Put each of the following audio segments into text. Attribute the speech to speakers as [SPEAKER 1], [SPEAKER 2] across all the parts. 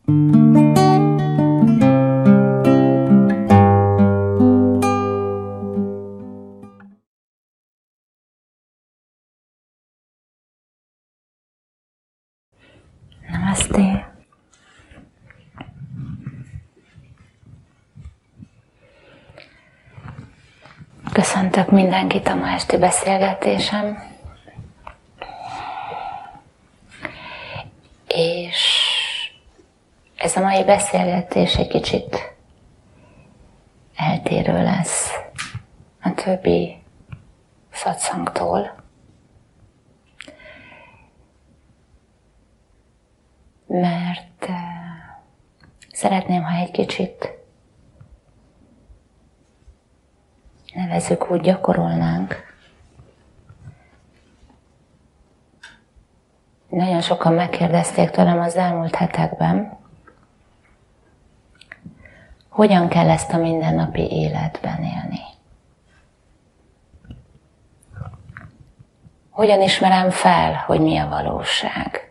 [SPEAKER 1] Namaste. Köszöntök mindenkit a ma esti beszélgetésem. És ez a mai beszélgetés egy kicsit eltérő lesz a többi szatszangtól. Mert szeretném, ha egy kicsit, nevezzük úgy, gyakorolnánk. Nagyon sokan megkérdezték tőlem az elmúlt hetekben, hogyan kell ezt a mindennapi életben élni. Hogyan ismerem fel, hogy mi a valóság.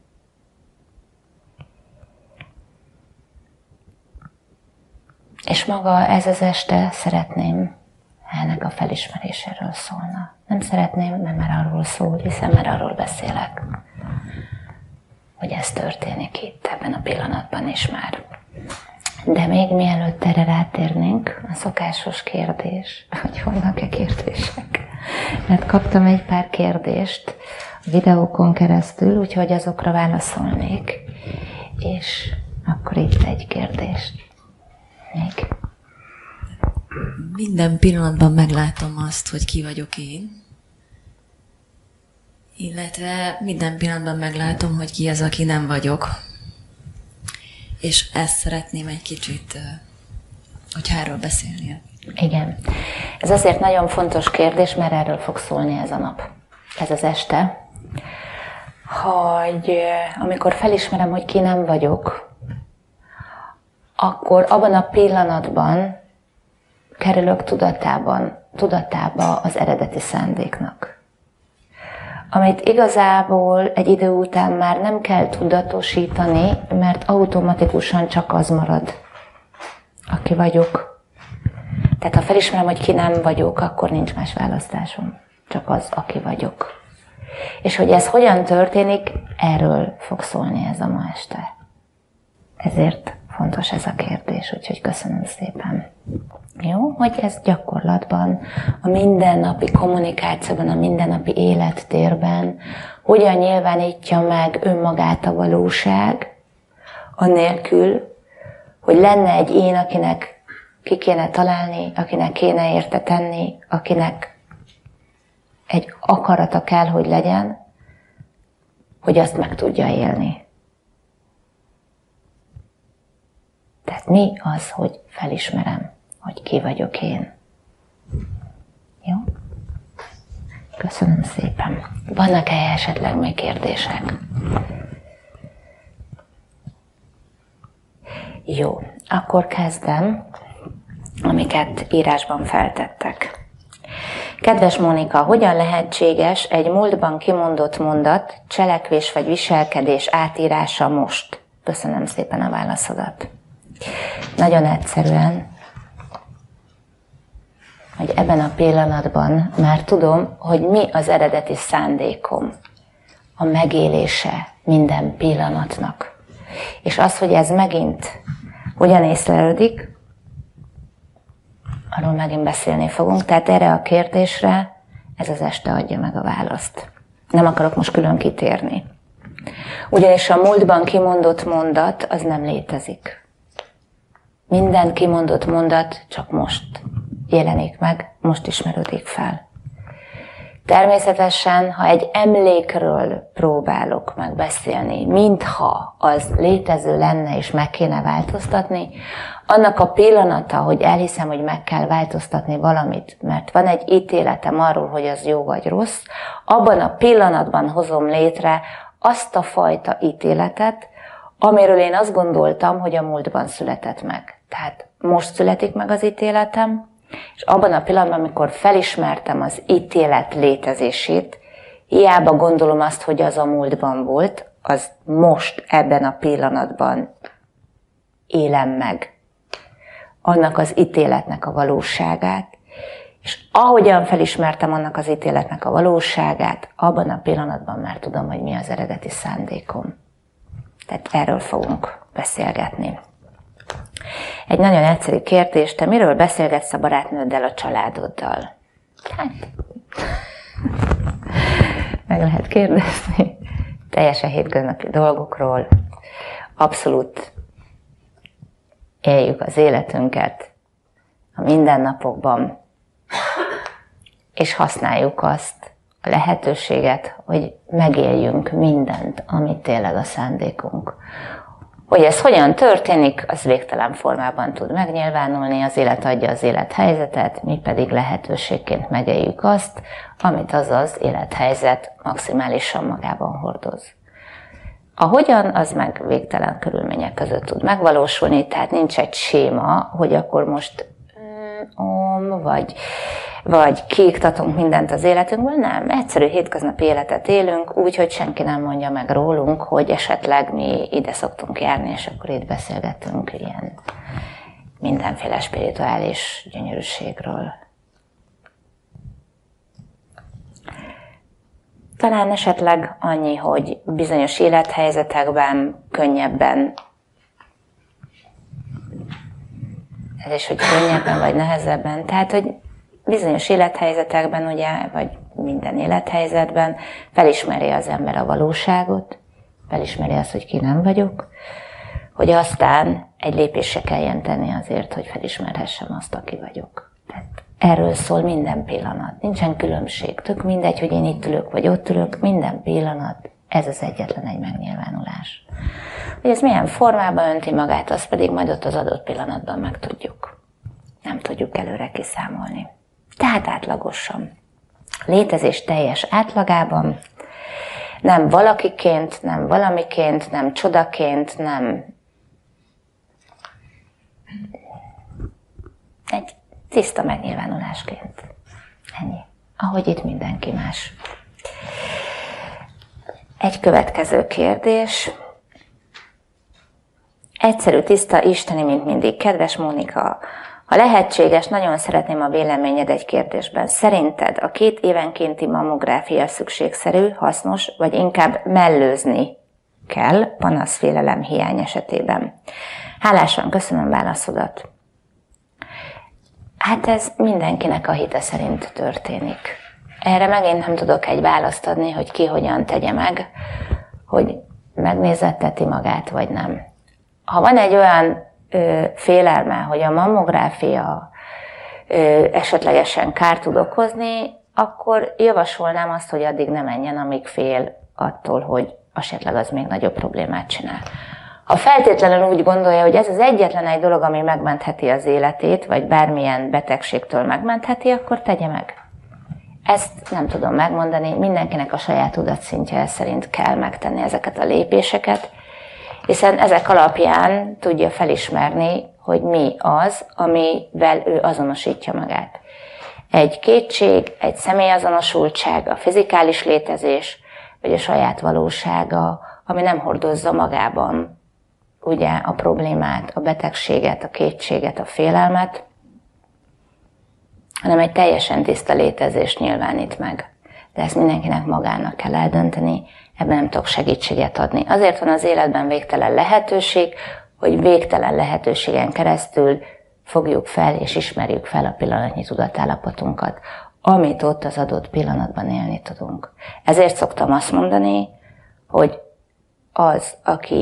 [SPEAKER 1] És maga ez az este szeretném ennek a felismeréséről szólna. Nem szeretném, nem már arról szól, hiszen már arról beszélek, hogy ez történik itt, ebben a pillanatban is már. De még mielőtt erre rátérnénk, a szokásos kérdés, hogy vannak-e kérdések? Mert kaptam egy pár kérdést a videókon keresztül, úgyhogy azokra válaszolnék. És akkor itt egy kérdést. Még.
[SPEAKER 2] Minden pillanatban meglátom azt, hogy ki vagyok én, illetve minden pillanatban meglátom, hogy ki az, aki nem vagyok. És ezt szeretném egy kicsit, hogyha erről beszélnél.
[SPEAKER 1] Igen. Ez azért nagyon fontos kérdés, mert erről fog szólni ez a nap, ez az este, hogy amikor felismerem, hogy ki nem vagyok, akkor abban a pillanatban kerülök tudatába az eredeti szándéknak. Amit igazából egy idő után már nem kell tudatosítani, mert automatikusan csak az marad, aki vagyok. Tehát ha felismerem, hogy ki nem vagyok, akkor nincs más választásom. Csak az, aki vagyok. És hogy ez hogyan történik, erről fog szólni ez a ma este. Ezért fontos ez a kérdés, úgyhogy köszönöm szépen. Jó, hogy ez gyakorlatban, a mindennapi kommunikációban, a mindennapi élettérben hogyan nyilvánítja meg önmagát a valóság, anélkül, hogy lenne egy én, akinek ki kéne találni, akinek kéne érte tenni, akinek egy akarata kell, hogy legyen, hogy azt meg tudja élni. Tehát mi az, hogy felismerem, hogy ki vagyok én. Jó? Köszönöm szépen. Vannak-e esetleg még kérdések? Jó, akkor kezdem, amiket írásban feltettek. Kedves Mónika, hogyan lehetséges egy múltban kimondott mondat, cselekvés vagy viselkedés átírása most? Köszönöm szépen a válaszodat. Nagyon egyszerűen, hogy ebben a pillanatban már tudom, hogy mi az eredeti szándékom, a megélése minden pillanatnak. És az, hogy ez megint hogyan észlelődik, arról megint beszélni fogunk. Tehát erre a kérdésre ez az este adja meg a választ. Nem akarok most külön kitérni. Ugyanis a múltban kimondott mondat, az nem létezik. Minden kimondott mondat csak most jelenik meg, most ismerődik fel. Természetesen, ha egy emlékről próbálok meg beszélni, mintha az létező lenne és meg kéne változtatni, annak a pillanata, hogy elhiszem, hogy meg kell változtatni valamit, mert van egy ítéletem arról, hogy az jó vagy rossz, abban a pillanatban hozom létre azt a fajta ítéletet, amiről én azt gondoltam, hogy a múltban született meg. Tehát most születik meg az ítéletem, és abban a pillanatban, amikor felismertem az ítélet létezését, hiába gondolom azt, hogy az a múltban volt, az most ebben a pillanatban élem meg annak az ítéletnek a valóságát, és ahogyan felismertem annak az ítéletnek a valóságát, abban a pillanatban már tudom, hogy mi az eredeti szándékom. Tehát erről fogunk beszélgetni. Egy nagyon egyszerű kérdés, te miről beszélgetsz a barátnőddel, a családoddal? Hát, meg lehet kérdezni. Teljesen hétköznapi dolgokról. Abszolút éljük az életünket a mindennapokban, és használjuk azt a lehetőséget, hogy megéljünk mindent, amit tényleg a szándékunk. Hogy ez hogyan történik, az végtelen formában tud megnyilvánulni, az élet adja az élethelyzetet, mi pedig lehetőségként megéljük azt, amit az élethelyzet maximálisan magában hordoz. A hogyan, az meg végtelen körülmények között tud megvalósulni, tehát nincs egy séma, hogy akkor most vagy kiiktatunk mindent az életünkből, nem. Egyszerű hétköznapi életet élünk, úgyhogy senki nem mondja meg rólunk, hogy esetleg mi ide szoktunk járni, és akkor itt beszélgetünk ilyen mindenféle spirituális gyönyörűségről. Talán esetleg annyi, hogy bizonyos élethelyzetekben könnyebben, ez is, hogy könnyebben vagy nehezebben, tehát, hogy bizonyos élethelyzetekben, ugye, vagy minden élethelyzetben felismeri az ember a valóságot, felismeri azt, hogy ki nem vagyok, hogy aztán egy lépésre kelljen tenni azért, hogy felismerhessem azt, aki vagyok. Tehát erről szól minden pillanat. Nincsen különbség. Tök mindegy, hogy én itt ülök, vagy ott ülök, minden pillanat ez az egyetlen egy megnyilvánulás. Hogy ez milyen formában önti magát, azt pedig majd ott az adott pillanatban megtudjuk. Nem tudjuk előre kiszámolni. Tehát átlagosan. Létezés teljes átlagában, nem valakiként, nem valamiként, nem csodaként, nem egy tiszta megnyilvánulásként. Ennyi. Ahogy itt mindenki más. Egy következő kérdés. Egyszerű, tiszta, isteni, mint mindig. Kedves Mónika, ha lehetséges, nagyon szeretném a véleményed egy kérdésben. Szerinted a 2 évenkénti mammográfia szükségszerű, hasznos, vagy inkább mellőzni kell panaszfélelem hiány esetében? Hálásan köszönöm válaszodat. Hát ez mindenkinek a hite szerint történik. Erre megint nem tudok egy választ adni, hogy ki hogyan tegye meg, hogy megnézetteti magát, vagy nem. Ha van egy olyan félelme, hogy a mammográfia esetlegesen kárt tud okozni, akkor javasolnám azt, hogy addig ne menjen, amíg fél attól, hogy esetleg az még nagyobb problémát csinál. Ha feltétlenül úgy gondolja, hogy ez az egyetlen egy dolog, ami megmentheti az életét, vagy bármilyen betegségtől megmentheti, akkor tegye meg. Ezt nem tudom megmondani, mindenkinek a saját tudatszintje szerint kell megtenni ezeket a lépéseket, hiszen ezek alapján tudja felismerni, hogy mi az, amivel ő azonosítja magát. Egy kétség, egy személyazonosultság, a fizikális létezés, vagy a saját valósága, ami nem hordozza magában ugye a problémát, a betegséget, a kétséget, a félelmet, hanem egy teljesen tiszta létezést nyilvánít meg. De ezt mindenkinek magának kell eldönteni, ebben nem tudok segítséget adni. Azért van az életben végtelen lehetőség, hogy végtelen lehetőségen keresztül fogjuk fel és ismerjük fel a pillanatnyi tudatállapotunkat, amit ott az adott pillanatban élni tudunk. Ezért szoktam azt mondani, hogy az,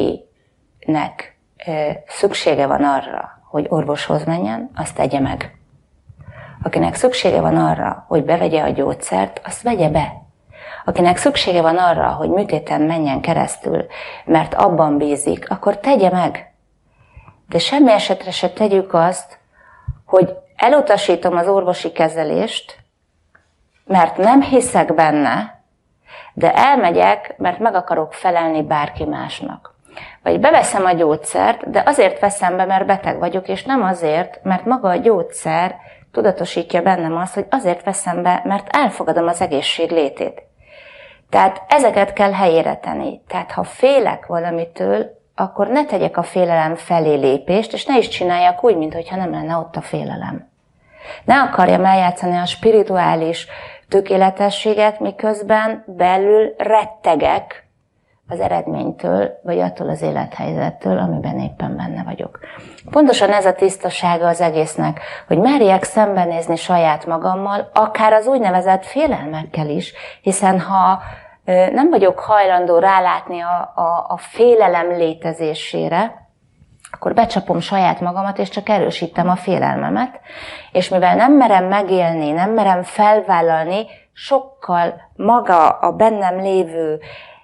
[SPEAKER 1] akinek szüksége van arra, hogy orvoshoz menjen, azt tegye meg. Akinek szüksége van arra, hogy bevegye a gyógyszert, azt vegye be. Akinek szüksége van arra, hogy műtéten menjen keresztül, mert abban bízik, akkor tegye meg. De semmi esetre se tegyük azt, hogy elutasítom az orvosi kezelést, mert nem hiszek benne, de elmegyek, mert meg akarok felelni bárki másnak. Vagy beveszem a gyógyszert, de azért veszem be, mert beteg vagyok, és nem azért, mert maga a gyógyszer tudatosítja bennem azt, hogy azért veszem be, mert elfogadom az egészség létét. Tehát ezeket kell helyére tenni. Tehát ha félek valamitől, akkor ne tegyek a félelem felé lépést, és ne is csináljak úgy, mintha nem lenne ott a félelem. Ne akarjam eljátszani a spirituális tökéletességet, miközben belül rettegek az eredménytől, vagy attól az élethelyzettől, amiben éppen benne vagyok. Pontosan ez a tisztasága az egésznek, hogy merjek szembenézni saját magammal, akár az úgynevezett félelmekkel is, hiszen ha nem vagyok hajlandó rálátni a félelem létezésére, akkor becsapom saját magamat, és csak erősítem a félelmemet, és mivel nem merem megélni, nem merem felvállalni, sokkal maga a bennem lévő,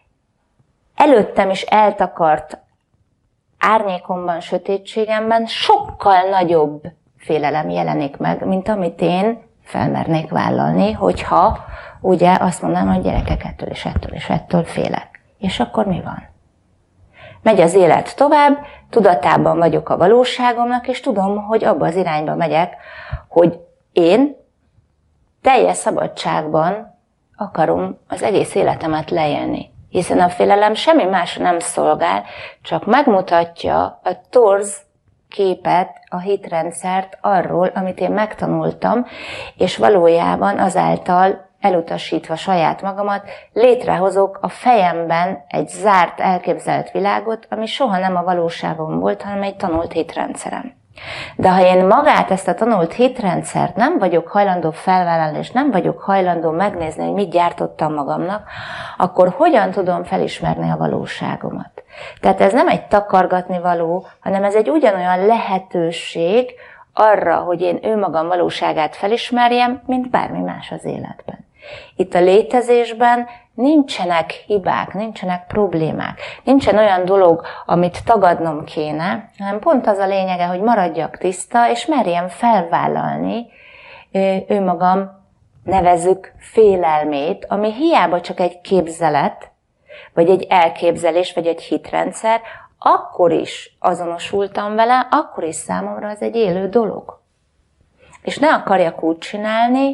[SPEAKER 1] előttem is eltakart árnyékomban, sötétségemben sokkal nagyobb félelem jelenik meg, mint amit én felmernék vállalni, hogyha ugye azt mondanám, hogy gyerekek, ettől félek. És akkor mi van? Megy az élet tovább, tudatában vagyok a valóságomnak, és tudom, hogy abba az irányba megyek, hogy én teljes szabadságban akarom az egész életemet leélni. Hiszen a félelem semmi másra nem szolgál, csak megmutatja a torz képet, a hitrendszert arról, amit én megtanultam, és valójában azáltal elutasítva saját magamat, létrehozok a fejemben egy zárt, elképzelt világot, ami soha nem a valóságom volt, hanem egy tanult hitrendszerem. De ha én magát, ezt a tanult hitrendszert nem vagyok hajlandó felvállalni, és nem vagyok hajlandó megnézni, hogy mit gyártottam magamnak, akkor hogyan tudom felismerni a valóságomat? Tehát ez nem egy takargatni való, hanem ez egy ugyanolyan lehetőség arra, hogy én önmagam valóságát felismerjem, mint bármi más az életben. Itt a létezésben nincsenek hibák, nincsenek problémák, nincsen olyan dolog, amit tagadnom kéne, hanem pont az a lényege, hogy maradjak tiszta, és merjem felvállalni önmagam, nevezzük félelmét, ami hiába csak egy képzelet, vagy egy elképzelés, vagy egy hitrendszer, akkor is azonosultam vele, akkor is számomra az egy élő dolog. És ne akarjak úgy csinálni,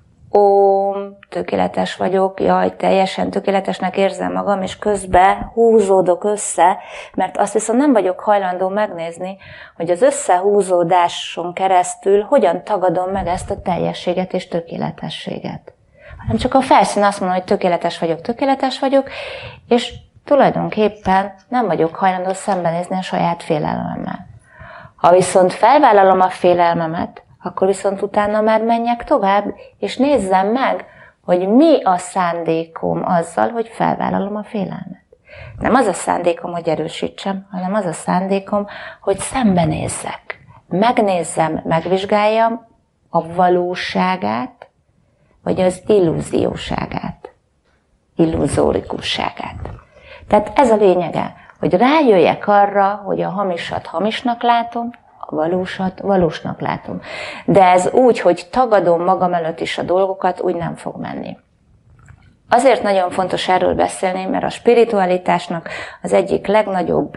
[SPEAKER 1] tökéletes vagyok, jaj, teljesen tökéletesnek érzem magam, és közben húzódok össze, mert azt viszont nem vagyok hajlandó megnézni, hogy az összehúzódáson keresztül hogyan tagadom meg ezt a teljességet és tökéletességet. Hanem csak a felszín azt mondja, hogy tökéletes vagyok, és tulajdonképpen nem vagyok hajlandó szembenézni a saját félelmemmel. Ha viszont felvállalom a félelmemet, akkor viszont utána már menjek tovább, és nézzem meg, hogy mi a szándékom azzal, hogy felvállalom a félelmet. Nem az a szándékom, hogy erősítsem, hanem az a szándékom, hogy szembenézzek. Megnézzem, megvizsgáljam a valóságát, vagy az illúzióságát, illuzórikusságát. Tehát ez a lényege, hogy rájöjjek arra, hogy a hamisat hamisnak látom, a valósat valósnak látom. De ez úgy, hogy tagadom magam előtt is a dolgokat, úgy nem fog menni. Azért nagyon fontos erről beszélni, mert a spiritualitásnak az egyik legnagyobb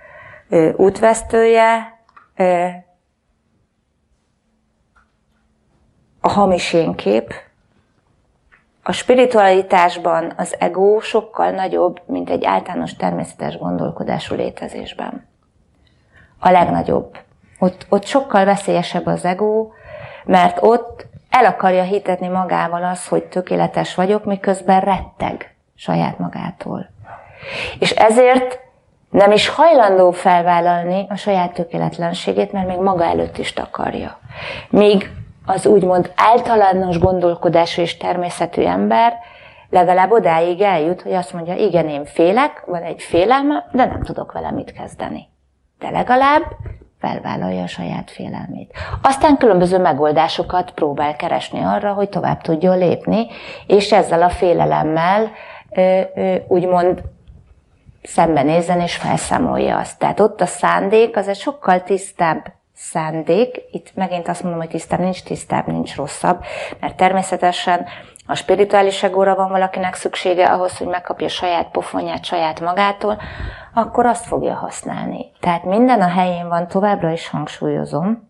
[SPEAKER 1] útvesztője a hamis énkép. A spiritualitásban az ego sokkal nagyobb, mint egy általános természetes gondolkodású létezésben. A legnagyobb. Ott sokkal veszélyesebb az ego, mert ott el akarja hitetni magával az, hogy tökéletes vagyok, miközben retteg saját magától. És ezért nem is hajlandó felvállalni a saját tökéletlenségét, mert még maga előtt is takarja. Míg az úgymond általános gondolkodású és természetű ember legalább odáig eljut, hogy azt mondja, igen, én félek, van egy félelme, de nem tudok vele mit kezdeni. De legalább felvállalja a saját félelmét. Aztán különböző megoldásokat próbál keresni arra, hogy tovább tudjon lépni, és ezzel a félelemmel úgymond szembenézzen és felszámolja azt. Tehát ott a szándék az egy sokkal tisztább szándék. Itt megint azt mondom, hogy tisztább, nincs rosszabb, mert természetesen a spirituális egóra van valakinek szüksége ahhoz, hogy megkapja saját pofonját saját magától, akkor azt fogja használni. Tehát minden a helyén van, továbbra is hangsúlyozom.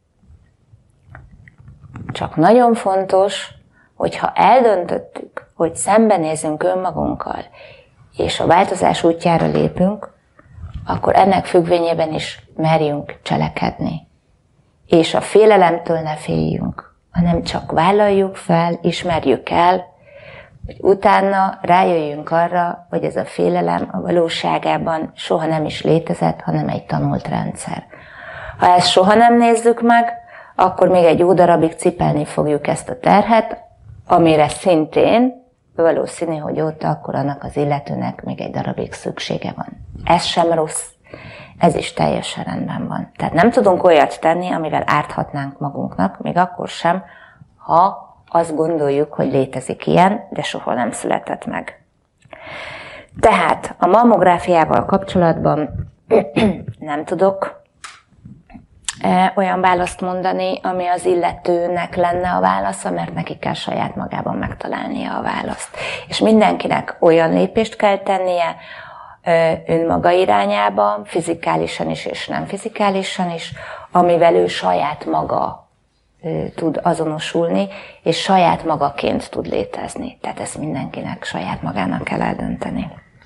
[SPEAKER 1] Csak nagyon fontos, hogyha eldöntöttük, hogy szembenézünk önmagunkkal, és a változás útjára lépünk, akkor ennek függvényében is merjünk cselekedni. És a félelemtől ne féljünk, hanem csak vállaljuk fel, ismerjük el, hogy utána rájöjjünk arra, hogy ez a félelem a valóságában soha nem is létezett, hanem egy tanult rendszer. Ha ezt soha nem nézzük meg, akkor még egy jó darabig cipelni fogjuk ezt a terhet, amire szintén valószínű, hogy ott akkor annak az illetőnek még egy darabig szüksége van. Ez sem rossz, ez is teljesen rendben van. Tehát nem tudunk olyat tenni, amivel árthatnánk magunknak, még akkor sem, ha azt gondoljuk, hogy létezik ilyen, de soha nem született meg. Tehát a mammográfiával kapcsolatban nem tudok olyan választ mondani, ami az illetőnek lenne a válasza, mert neki kell saját magában megtalálnia a választ. És mindenkinek olyan lépést kell tennie önmaga irányába, fizikálisan is és nem fizikálisan is, amivel ő saját maga tud azonosulni, és saját magaként tud létezni. Tehát ezt mindenkinek saját magának kell eldönteni.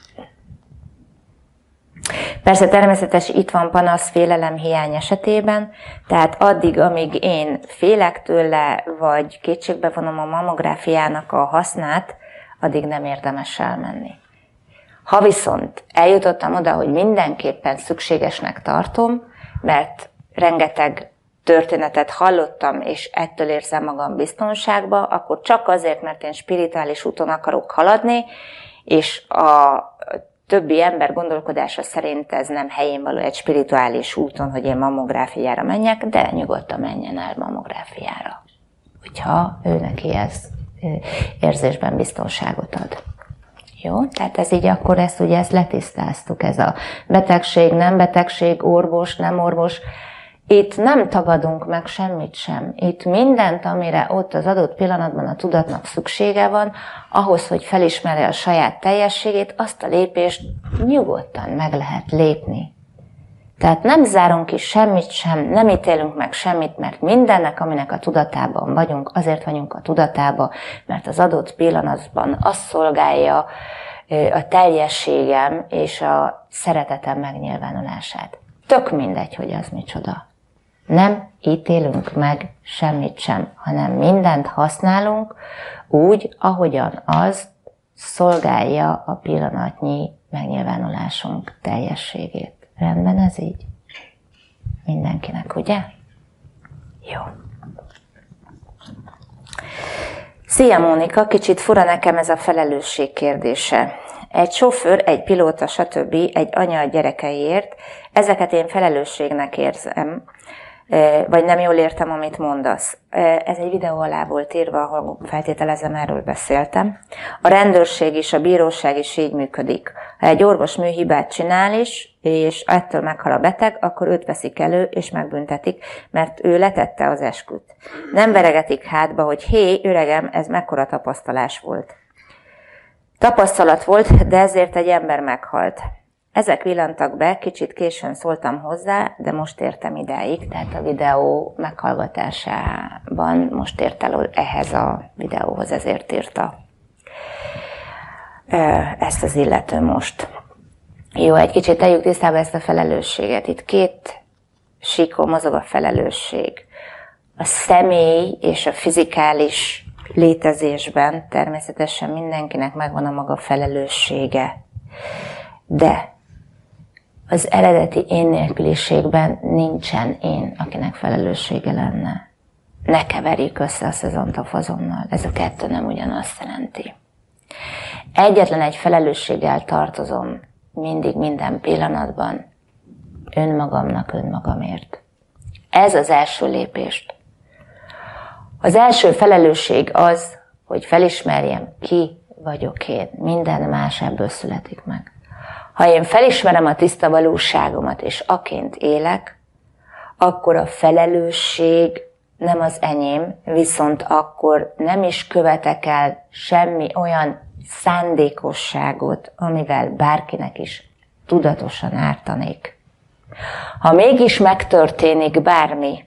[SPEAKER 1] Persze természetes itt van panasz félelem hiány esetében, tehát addig, amíg én félek tőle, vagy kétségbe vonom a mammográfiának a hasznát, addig nem érdemes elmenni. Ha viszont eljutottam oda, hogy mindenképpen szükségesnek tartom, mert rengeteg történetet hallottam, és ettől érzem magam biztonságba, akkor csak azért, mert én spirituális úton akarok haladni, és a többi ember gondolkodása szerint ez nem helyén való egy spirituális úton, hogy én mammográfiára menjek, de nyugodtan menjen el mammográfiára, hogyha ő neki ez érzésben biztonságot ad. Jó? Tehát ez így akkor ezt letisztáztuk, ez a betegség, nem betegség, orvos, nem orvos. Itt nem tagadunk meg semmit sem. Itt mindent, amire ott az adott pillanatban a tudatnak szüksége van, ahhoz, hogy felismerje a saját teljességét, azt a lépést nyugodtan meg lehet lépni. Tehát nem zárunk ki semmit sem, nem ítélünk meg semmit, mert mindennek, aminek a tudatában vagyunk, azért vagyunk a tudatában, mert az adott pillanatban azt szolgálja a teljességem és a szeretetem megnyilvánulását. Tök mindegy, hogy az micsoda. Nem ítélünk meg semmit sem, hanem mindent használunk úgy, ahogyan az szolgálja a pillanatnyi megnyilvánulásunk teljességét. Rendben ez így? Mindenkinek, ugye? Jó. Szia Mónika, kicsit fura nekem ez a felelősség kérdése. Egy sofőr, egy pilóta, stb. Egy anya a gyerekeiért, ezeket én felelősségnek érzem, vagy nem jól értem, amit mondasz. Ez egy videó alá volt írva, ahol feltételezem, erről beszéltem. A rendőrség is, a bíróság is így működik. Ha egy orvos műhibát csinál is, és ettől meghal a beteg, akkor őt veszik elő, és megbüntetik, mert ő letette az esküt. Nem veregetik hátba, hogy hé, öregem, ez mekkora tapasztalás volt. Tapasztalat volt, de ezért egy ember meghalt. Ezek villantak be, kicsit későn szóltam hozzá, de most értem idáig, tehát a videó meghallgatásában most ért el ehhez a videóhoz, ezért írta ezt az illető most. Jó, egy kicsit tegyük tisztába ezt a felelősséget. Itt két síkon mozog a felelősség. A személy és a fizikális létezésben természetesen mindenkinek megvan a maga felelőssége. De az eredeti én nélküliségben nincsen én, akinek felelőssége lenne. Ne keverjük össze a szezont a fazonnal. Ez a kettő nem ugyanazt jelenti. Egyetlen egy felelősséggel tartozom mindig, minden pillanatban önmagamnak, önmagamért. Ez az első lépést. Az első felelősség az, hogy felismerjem, ki vagyok én. Minden más ebből születik meg. Ha én felismerem a tiszta valóságomat, és aként élek, akkor a felelősség nem az enyém, viszont akkor nem is követek el semmi olyan szándékosságot, amivel bárkinek is tudatosan ártanék. Ha mégis megtörténik bármi,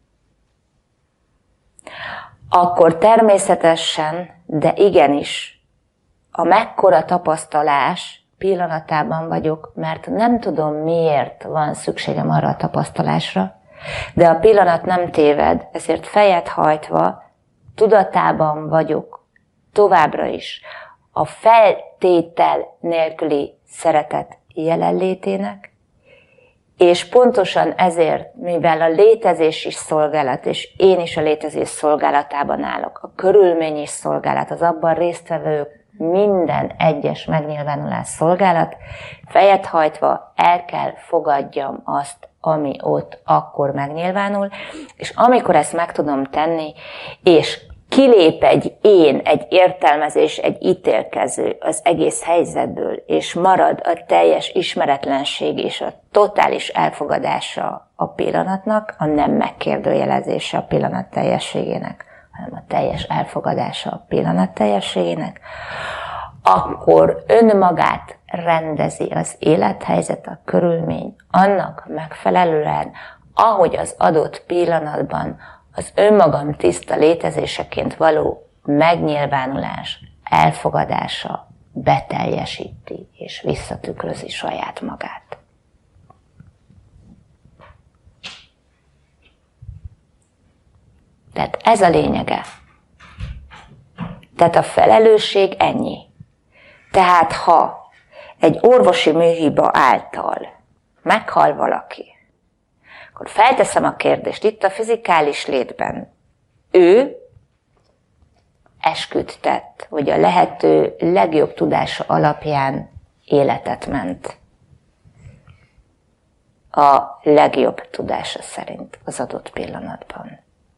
[SPEAKER 1] akkor természetesen, de igenis, a mekkora tapasztalás pillanatában vagyok, mert nem tudom, miért van szükségem arra a tapasztalásra, de a pillanat nem téved, ezért fejet hajtva tudatában vagyok továbbra is a feltétel nélküli szeretet jelenlétének, és pontosan ezért, mivel a létezés is szolgálat, és én is a létezés szolgálatában állok, a körülmény is szolgálat, az abban résztvevők minden egyes megnyilvánulás szolgálat, fejet hajtva el kell fogadjam azt, ami ott akkor megnyilvánul, és amikor ezt meg tudom tenni, és kilép egy én, egy értelmezés, egy ítélkező az egész helyzetből, és marad a teljes ismeretlenség és a totális elfogadása a pillanatnak, a nem megkérdőjelezése a pillanat teljességének, hanem a teljes elfogadása a pillanat teljességének, akkor önmagát rendezi az élethelyzet, a körülmény annak megfelelően, ahogy az adott pillanatban az önmagam tiszta létezéseként való megnyilvánulás, elfogadása beteljesíti és visszatükrözi saját magát. Tehát ez a lényege. Tehát a felelősség ennyi. Tehát ha egy orvosi műhiba által meghal valaki, akkor felteszem a kérdést itt a fizikális létben. Ő esküt tett, hogy a lehető legjobb tudása alapján életet ment. A legjobb tudása szerint az adott pillanatban.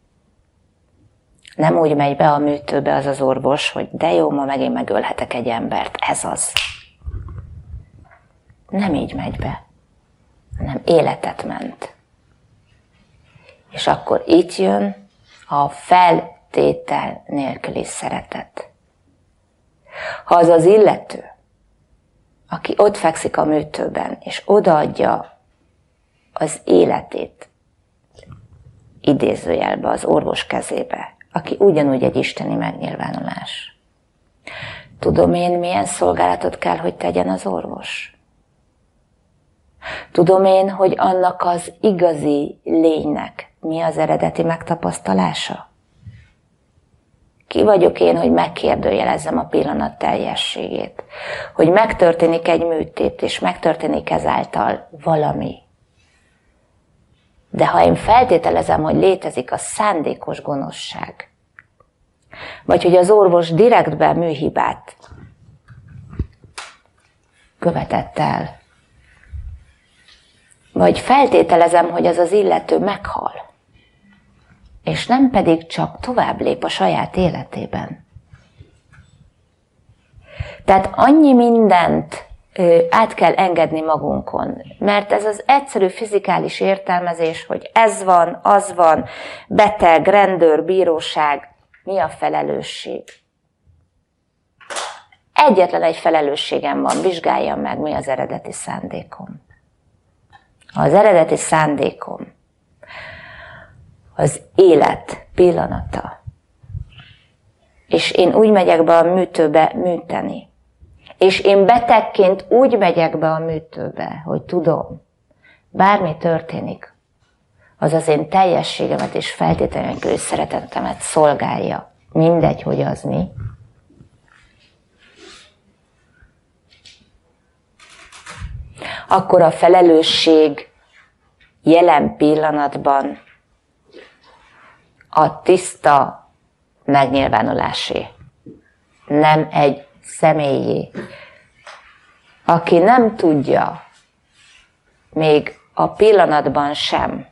[SPEAKER 1] Nem úgy megy be a műtőbe az az orvos, hogy de jó, ma megint megölhetek egy embert, ez az. Nem így megy be, hanem életet ment. És akkor itt jön a feltétel nélküli szeretet. Ha az az illető, aki ott fekszik a műtőben, és odaadja az életét, idézőjelbe az orvos kezébe, aki ugyanúgy egy isteni megnyilvánulás. Tudom én, milyen szolgálatot kell, hogy tegyen az orvos? Tudom én, hogy annak az igazi lénynek mi az eredeti megtapasztalása? Ki vagyok én, hogy megkérdőjelezzem a pillanat teljességét? Hogy megtörténik egy műtét, és megtörténik ezáltal valami. De ha én feltételezem, hogy létezik a szándékos gonoszság, vagy hogy az orvos direktben műhibát követett el, vagy feltételezem, hogy az az illető meghal, és nem pedig csak tovább lép a saját életében. Tehát annyi mindent át kell engedni magunkon, mert ez az egyszerű fizikális értelmezés, hogy ez van, az van, beteg, rendőr, bíróság, mi a felelősség? Egyetlen egy felelősségem van, vizsgáljam meg, mi az eredeti szándékom. Az eredeti szándékom az élet pillanata. És én úgy megyek be a műtőbe műteni. És én betegként úgy megyek be a műtőbe, hogy tudom, bármi történik, az az én teljességemet és feltétlenül szeretetemet szolgálja. Mindegy, hogy az mi. Akkor a felelősség jelen pillanatban a tiszta megnyilvánulásé. Nem egy személyé, aki nem tudja még a pillanatban sem,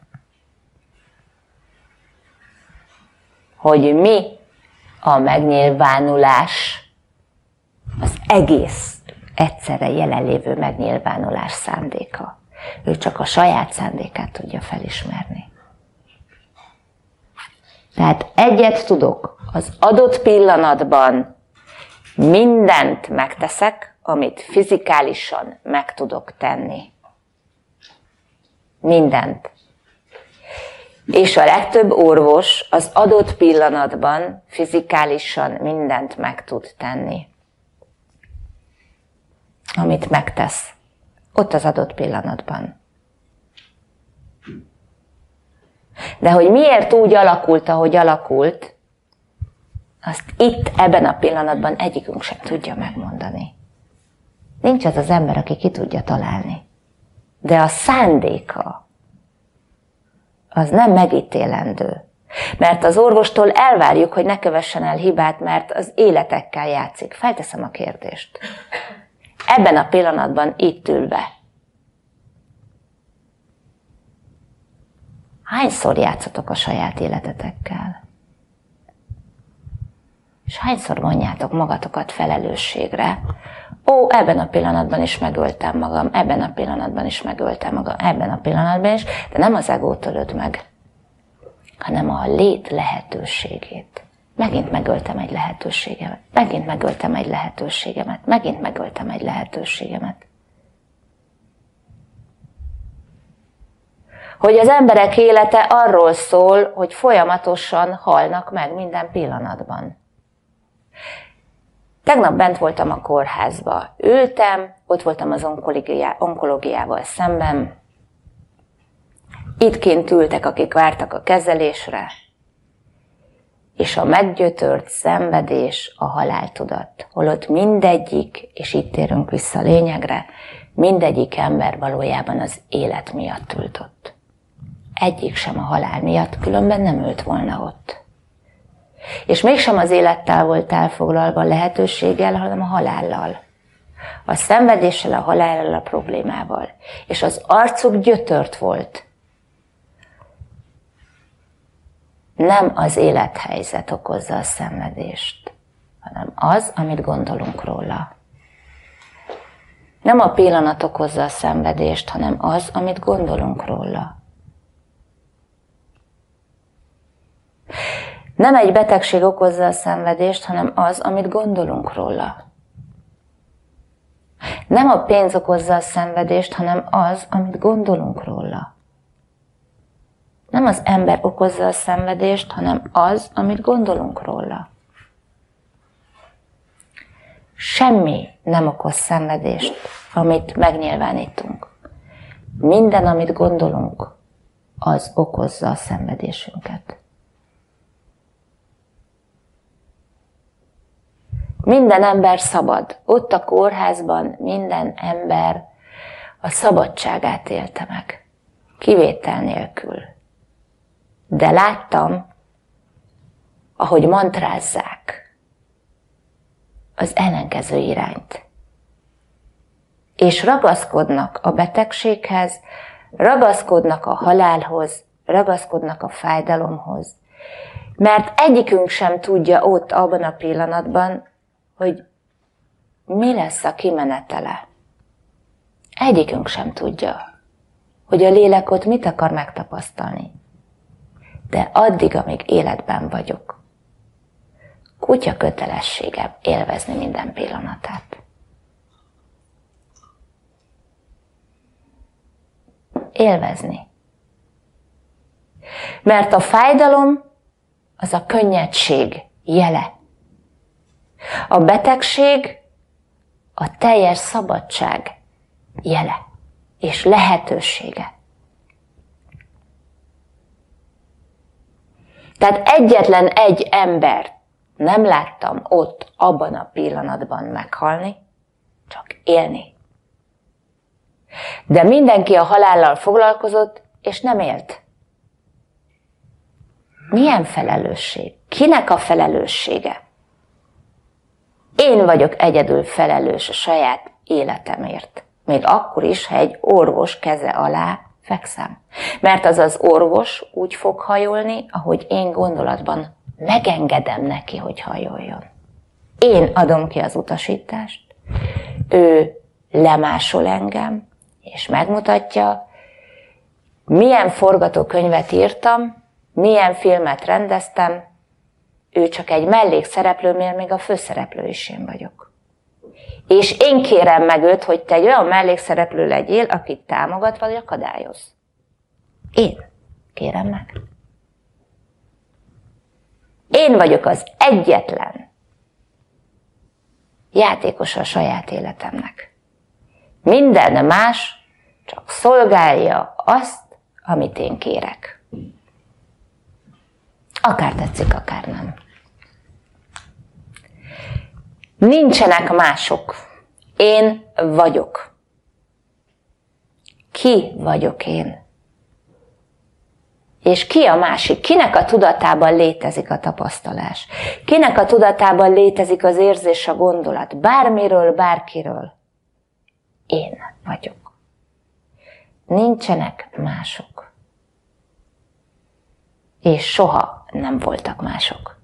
[SPEAKER 1] hogy mi a megnyilvánulás, az egész egyszerre jelenlévő megnyilvánulás szándéka. Ő csak a saját szándékát tudja felismerni. Tehát egyet tudok, az adott pillanatban mindent megteszek, amit fizikálisan meg tudok tenni. Mindent. És a legtöbb orvos az adott pillanatban fizikálisan mindent meg tud tenni. amit megtesz, ott az adott pillanatban. De hogy miért úgy alakult, ahogy alakult, azt itt, ebben a pillanatban egyikünk sem tudja megmondani. Nincs az az ember, aki ki tudja találni. De a szándéka az nem megítélendő. Mert az orvostól elvárjuk, hogy ne kövessen el hibát, mert az életekkel játszik. Felteszem a kérdést. Ebben a pillanatban itt ülve. Hányszor játszotok a saját életetekkel? És hányszor vonjátok magatokat felelősségre? Ó, ebben a pillanatban is megöltem magam, ebben a pillanatban is megöltem magam, ebben a pillanatban is, de nem az egót ölöd meg, hanem a lét lehetőségét. Megint megöltem egy lehetőségemet, megint megöltem egy lehetőségemet, megint megöltem egy lehetőségemet. Hogy az emberek élete arról szól, hogy folyamatosan halnak meg minden pillanatban. Tegnap bent voltam a kórházba, ültem, ott voltam az onkológiával szemben. Itt kint ültek, akik vártak a kezelésre, és a meggyötört szenvedés a haláltudat. Holott mindegyik, és itt térünk vissza a lényegre, mindegyik ember valójában az élet miatt ült ott. Egyik sem a halál miatt, különben nem ült volna ott. És mégsem az élettel volt elfoglalva a lehetőséggel, hanem a halállal. A szenvedéssel, a halállal, a problémával. És az arcuk gyötört volt. Nem az élethelyzet okozza a szenvedést, hanem az, amit gondolunk róla. Nem a pillanat okozza a szenvedést, hanem az, amit gondolunk róla. Nem egy betegség okozza a szenvedést, hanem az, amit gondolunk róla. Nem a pénz okozza a szenvedést, hanem az, amit gondolunk róla. Nem az ember okozza a szenvedést, hanem az, amit gondolunk róla. Semmi nem okoz szenvedést, amit megnyilvánítunk. Minden, amit gondolunk, az okozza a szenvedésünket. Minden ember szabad. Ott a kórházban minden ember a szabadságát élte meg. Kivétel nélkül. De láttam, ahogy mantrázzák az ellenkező irányt. És ragaszkodnak a betegséghez, ragaszkodnak a halálhoz, ragaszkodnak a fájdalomhoz. Mert egyikünk sem tudja ott abban a pillanatban, hogy mi lesz a kimenetele. Egyikünk sem tudja, hogy a lélek ott mit akar megtapasztalni. De addig, amíg életben vagyok, kutya kötelességem élvezni minden pillanatát. Élvezni. Mert a fájdalom az a könnyedség jele. A betegség a teljes szabadság jele és lehetősége. Tehát egyetlen egy embert nem láttam ott abban a pillanatban meghalni, csak élni. De mindenki a halállal foglalkozott, és nem élt. Milyen felelősség? Kinek a felelőssége? Én vagyok egyedül felelős a saját életemért. Még akkor is, ha egy orvos keze alá fekszem. Mert az az orvos úgy fog hajolni, ahogy én gondolatban megengedem neki, hogy hajoljon. Én adom ki az utasítást, ő lemásol engem, és megmutatja, milyen forgatókönyvet írtam, milyen filmet rendeztem, ő csak egy mellékszereplő, mert még a főszereplő is én vagyok. És én kérem meg őt, hogy te egy olyan mellékszereplő legyél, akit támogat vagy akadályoz. Én kérem meg. Én vagyok az egyetlen játékosa a saját életemnek. Minden más csak szolgálja azt, amit én kérek. Akár tetszik, akár nem. Nincsenek mások. Én vagyok. Ki vagyok én? És ki a másik? Kinek a tudatában létezik a tapasztalás? Kinek a tudatában létezik az érzés, a gondolat? Bármiről, bárkiről. Én vagyok. Nincsenek mások. És soha nem voltak mások.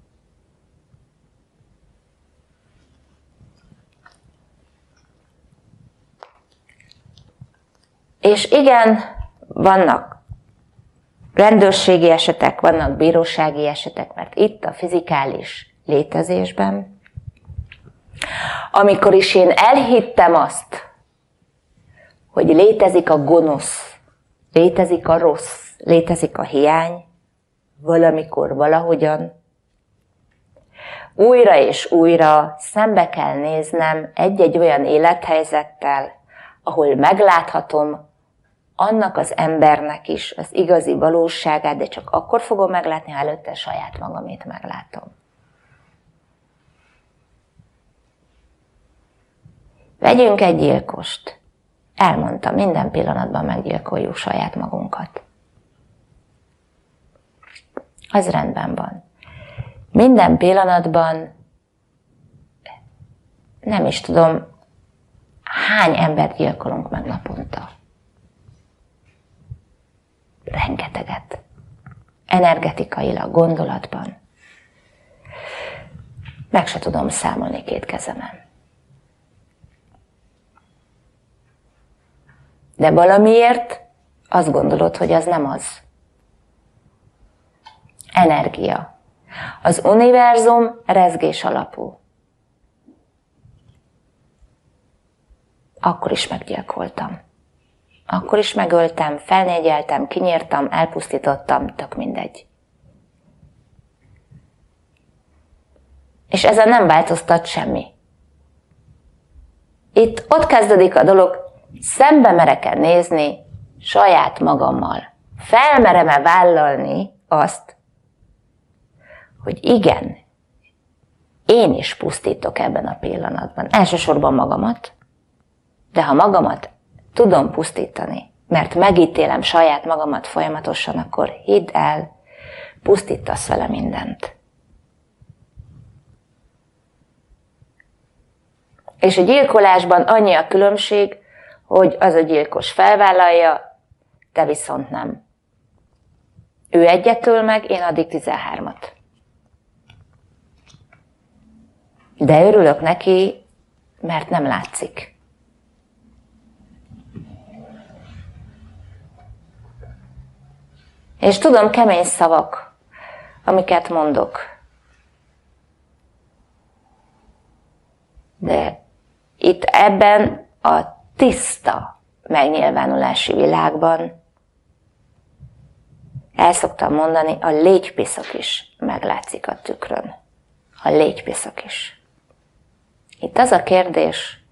[SPEAKER 1] És igen, vannak rendőrségi esetek, vannak bírósági esetek, mert itt a fizikális létezésben, amikor is én elhittem azt, hogy létezik a gonosz, létezik a rossz, létezik a hiány, valamikor, valahogyan, újra és újra szembe kell néznem egy-egy olyan élethelyzettel, ahol megláthatom annak az embernek is az igazi valóságát, de csak akkor fogom meglátni, ha előtte saját magamét meglátom. Vegyünk egy gyilkost. Elmondtam, minden pillanatban meggyilkoljuk saját magunkat. Az rendben van. Minden pillanatban nem is tudom, hány embert gyilkolunk meg naponta. Rengeteget. Energetikailag, gondolatban. Meg se tudom számolni két kezemen. De valamiért azt gondolod, hogy az nem az. Energia. Az univerzum rezgés alapú. Akkor is meggyilkoltam. Akkor is megöltem, felnégyeltem, kinyírtam, elpusztítottam, tök mindegy. És ezen nem változtat semmi. Ott kezdődik a dolog, szembe merek-e nézni saját magammal. Felmerem-e vállalni azt, hogy igen, én is pusztítok ebben a pillanatban. Elsősorban magamat, de ha magamat tudom pusztítani, mert megítélem saját magamat folyamatosan, akkor hidd el, pusztítasz vele mindent. És a gyilkolásban annyi a különbség, hogy az a gyilkos felvállalja, te viszont nem. Ő egyet öl meg, én addig 13-at. De örülök neki, mert nem látszik. És tudom, kemény szavak, amiket mondok. De itt ebben a tiszta megnyilvánulási világban el szoktam mondani, a légypiszok is meglátszik a tükrön. A légypiszok is. Itt az a kérdés,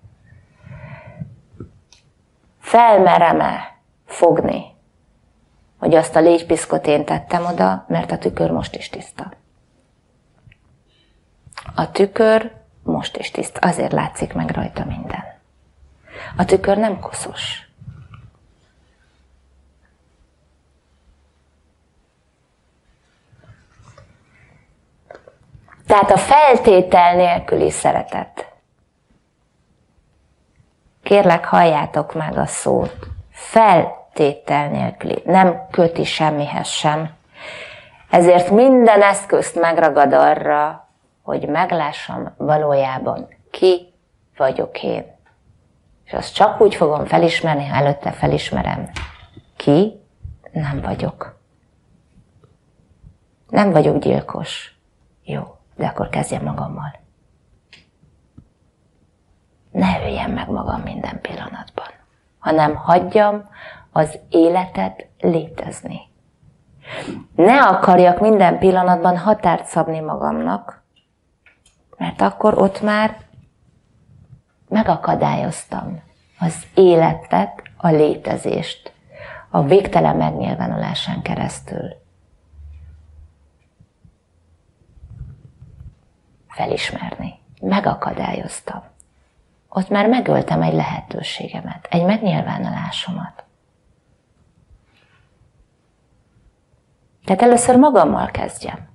[SPEAKER 1] felmerem-e fogni, hogy azt a légypiszkot én tettem oda, mert a tükör most is tiszta. A tükör most is tiszta, azért látszik meg rajta minden. A tükör nem koszos. Tehát a feltétel nélküli szeretet. Kérlek, halljátok meg a szót. Feltétel nélküli. Nem köti semmihez sem. Ezért minden eszközt megragad arra, hogy meglássam valójában, ki vagyok én. És azt csak úgy fogom felismerni, ha előtte felismerem. Ki? Nem vagyok. Nem vagyok gyilkos. Jó, de akkor kezdjem magammal. Ne öljem meg magam minden pillanatban, hanem hagyjam az életet létezni. Ne akarjak minden pillanatban határt szabni magamnak, mert akkor ott már megakadályoztam az életet, a létezést, a végtelen megnyilvánulásán keresztül felismerni. Megakadályoztam. Ott már megöltem egy lehetőségemet, egy megnyilvánulásomat. Tehát először magammal kezdjem.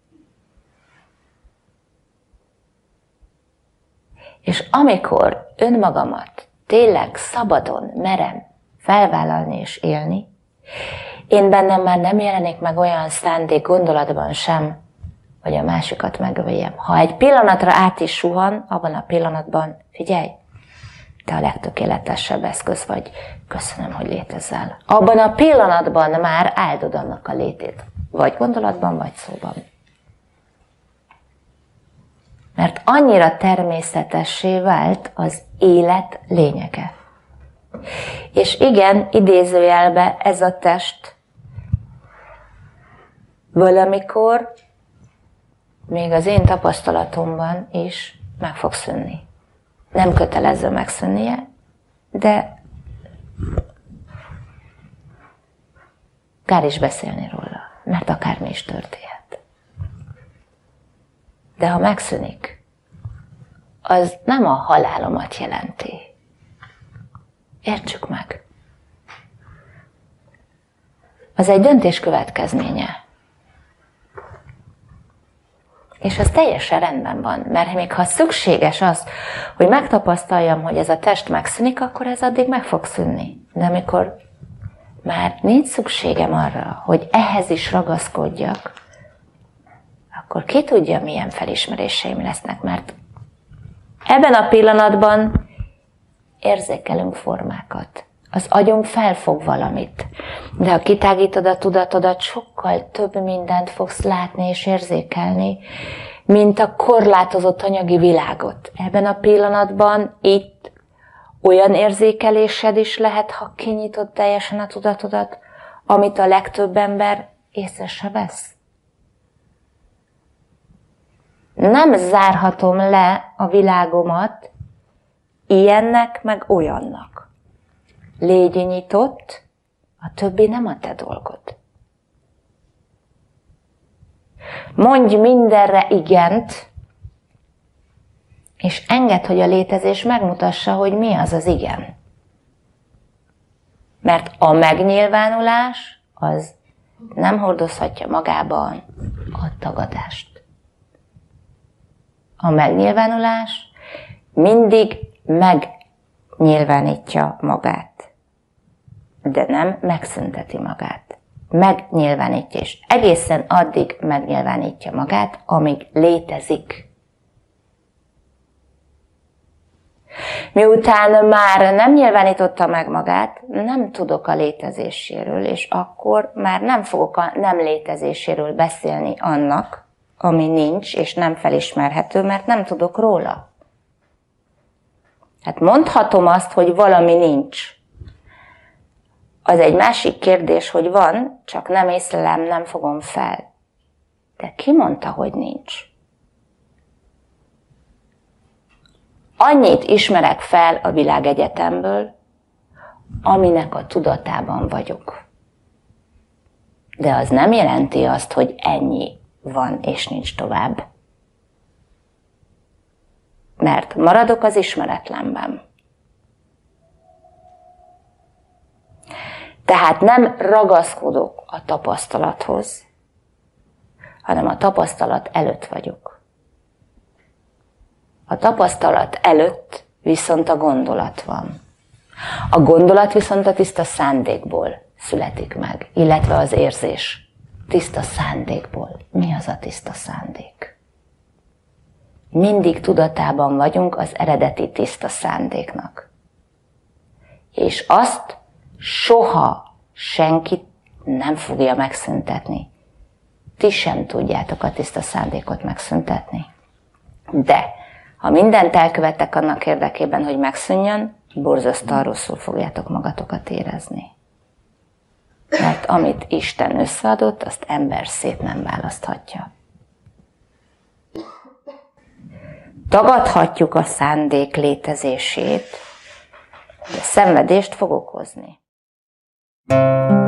[SPEAKER 1] És amikor önmagamat tényleg szabadon merem felvállalni és élni, én bennem már nem jelenik meg olyan szándék gondolatban sem, hogy a másikat megöljem. Ha egy pillanatra át is suhan, abban a pillanatban, figyelj, te a legtökéletesebb eszköz vagy, köszönöm, hogy létezel. Abban a pillanatban már áldod annak a létét. Vagy gondolatban, vagy szóban. Mert annyira természetessé vált az élet lényege. És igen, idézőjelbe ez a test valamikor, még az én tapasztalatomban is meg fog szűnni. Nem kötelező megszűnnie, de kár is beszélni róla, mert akármi is történhet. De ha megszűnik, az nem a halálomat jelenti. Értsük meg. Az egy döntés következménye. És az teljesen rendben van, mert még ha szükséges az, hogy megtapasztaljam, hogy ez a test megszűnik, akkor ez addig meg fog szűnni. De amikor már nincs szükségem arra, hogy ehhez is ragaszkodjak, akkor ki tudja, milyen felismeréseim lesznek, mert ebben a pillanatban érzékelünk formákat. Az agyunk felfog valamit, de ha kitágítod a tudatodat, sokkal több mindent fogsz látni és érzékelni, mint a korlátozott anyagi világot. Ebben a pillanatban itt olyan érzékelésed is lehet, ha kinyitod teljesen a tudatodat, amit a legtöbb ember észre se vesz. Nem zárhatom le a világomat ilyennek meg olyannak. Légy nyitott, a többi nem a te dolgod. Mondj mindenre igent, és engedd, hogy a létezés megmutassa, hogy mi az az igen. Mert a megnyilvánulás az nem hordozhatja magában a tagadást. A megnyilvánulás mindig megnyilvánítja magát, de nem megszünteti magát. Megnyilvánítja, és egészen addig megnyilvánítja magát, amíg létezik. Miután már nem nyilvánította meg magát, nem tudok a létezéséről, és akkor már nem fogok a nem létezéséről beszélni annak, ami nincs, és nem felismerhető, mert nem tudok róla. Hát mondhatom azt, hogy valami nincs. Az egy másik kérdés, hogy van, csak nem észlelem, nem fogom fel. De ki mondta, hogy nincs? Annyit ismerek fel a világegyetemből, aminek a tudatában vagyok. De az nem jelenti azt, hogy ennyi van és nincs tovább. Mert maradok az ismeretlenben. Tehát nem ragaszkodok a tapasztalathoz, hanem a tapasztalat előtt vagyok. A tapasztalat előtt viszont a gondolat van. A gondolat viszont a tiszta szándékból születik meg, illetve az érzés tiszta szándékból. Mi az a tiszta szándék? Mindig tudatában vagyunk az eredeti tiszta szándéknak. És azt soha senki nem fogja megszüntetni. Ti sem tudjátok a tiszta szándékot megszüntetni. De ha mindent elkövettek annak érdekében, hogy megszűnjön, borzasztóan rosszul fogjátok magatokat érezni. Mert amit Isten összeadott, azt ember szét nem választhatja. Tagadhatjuk a szándék létezését, De szenvedést fog okozni.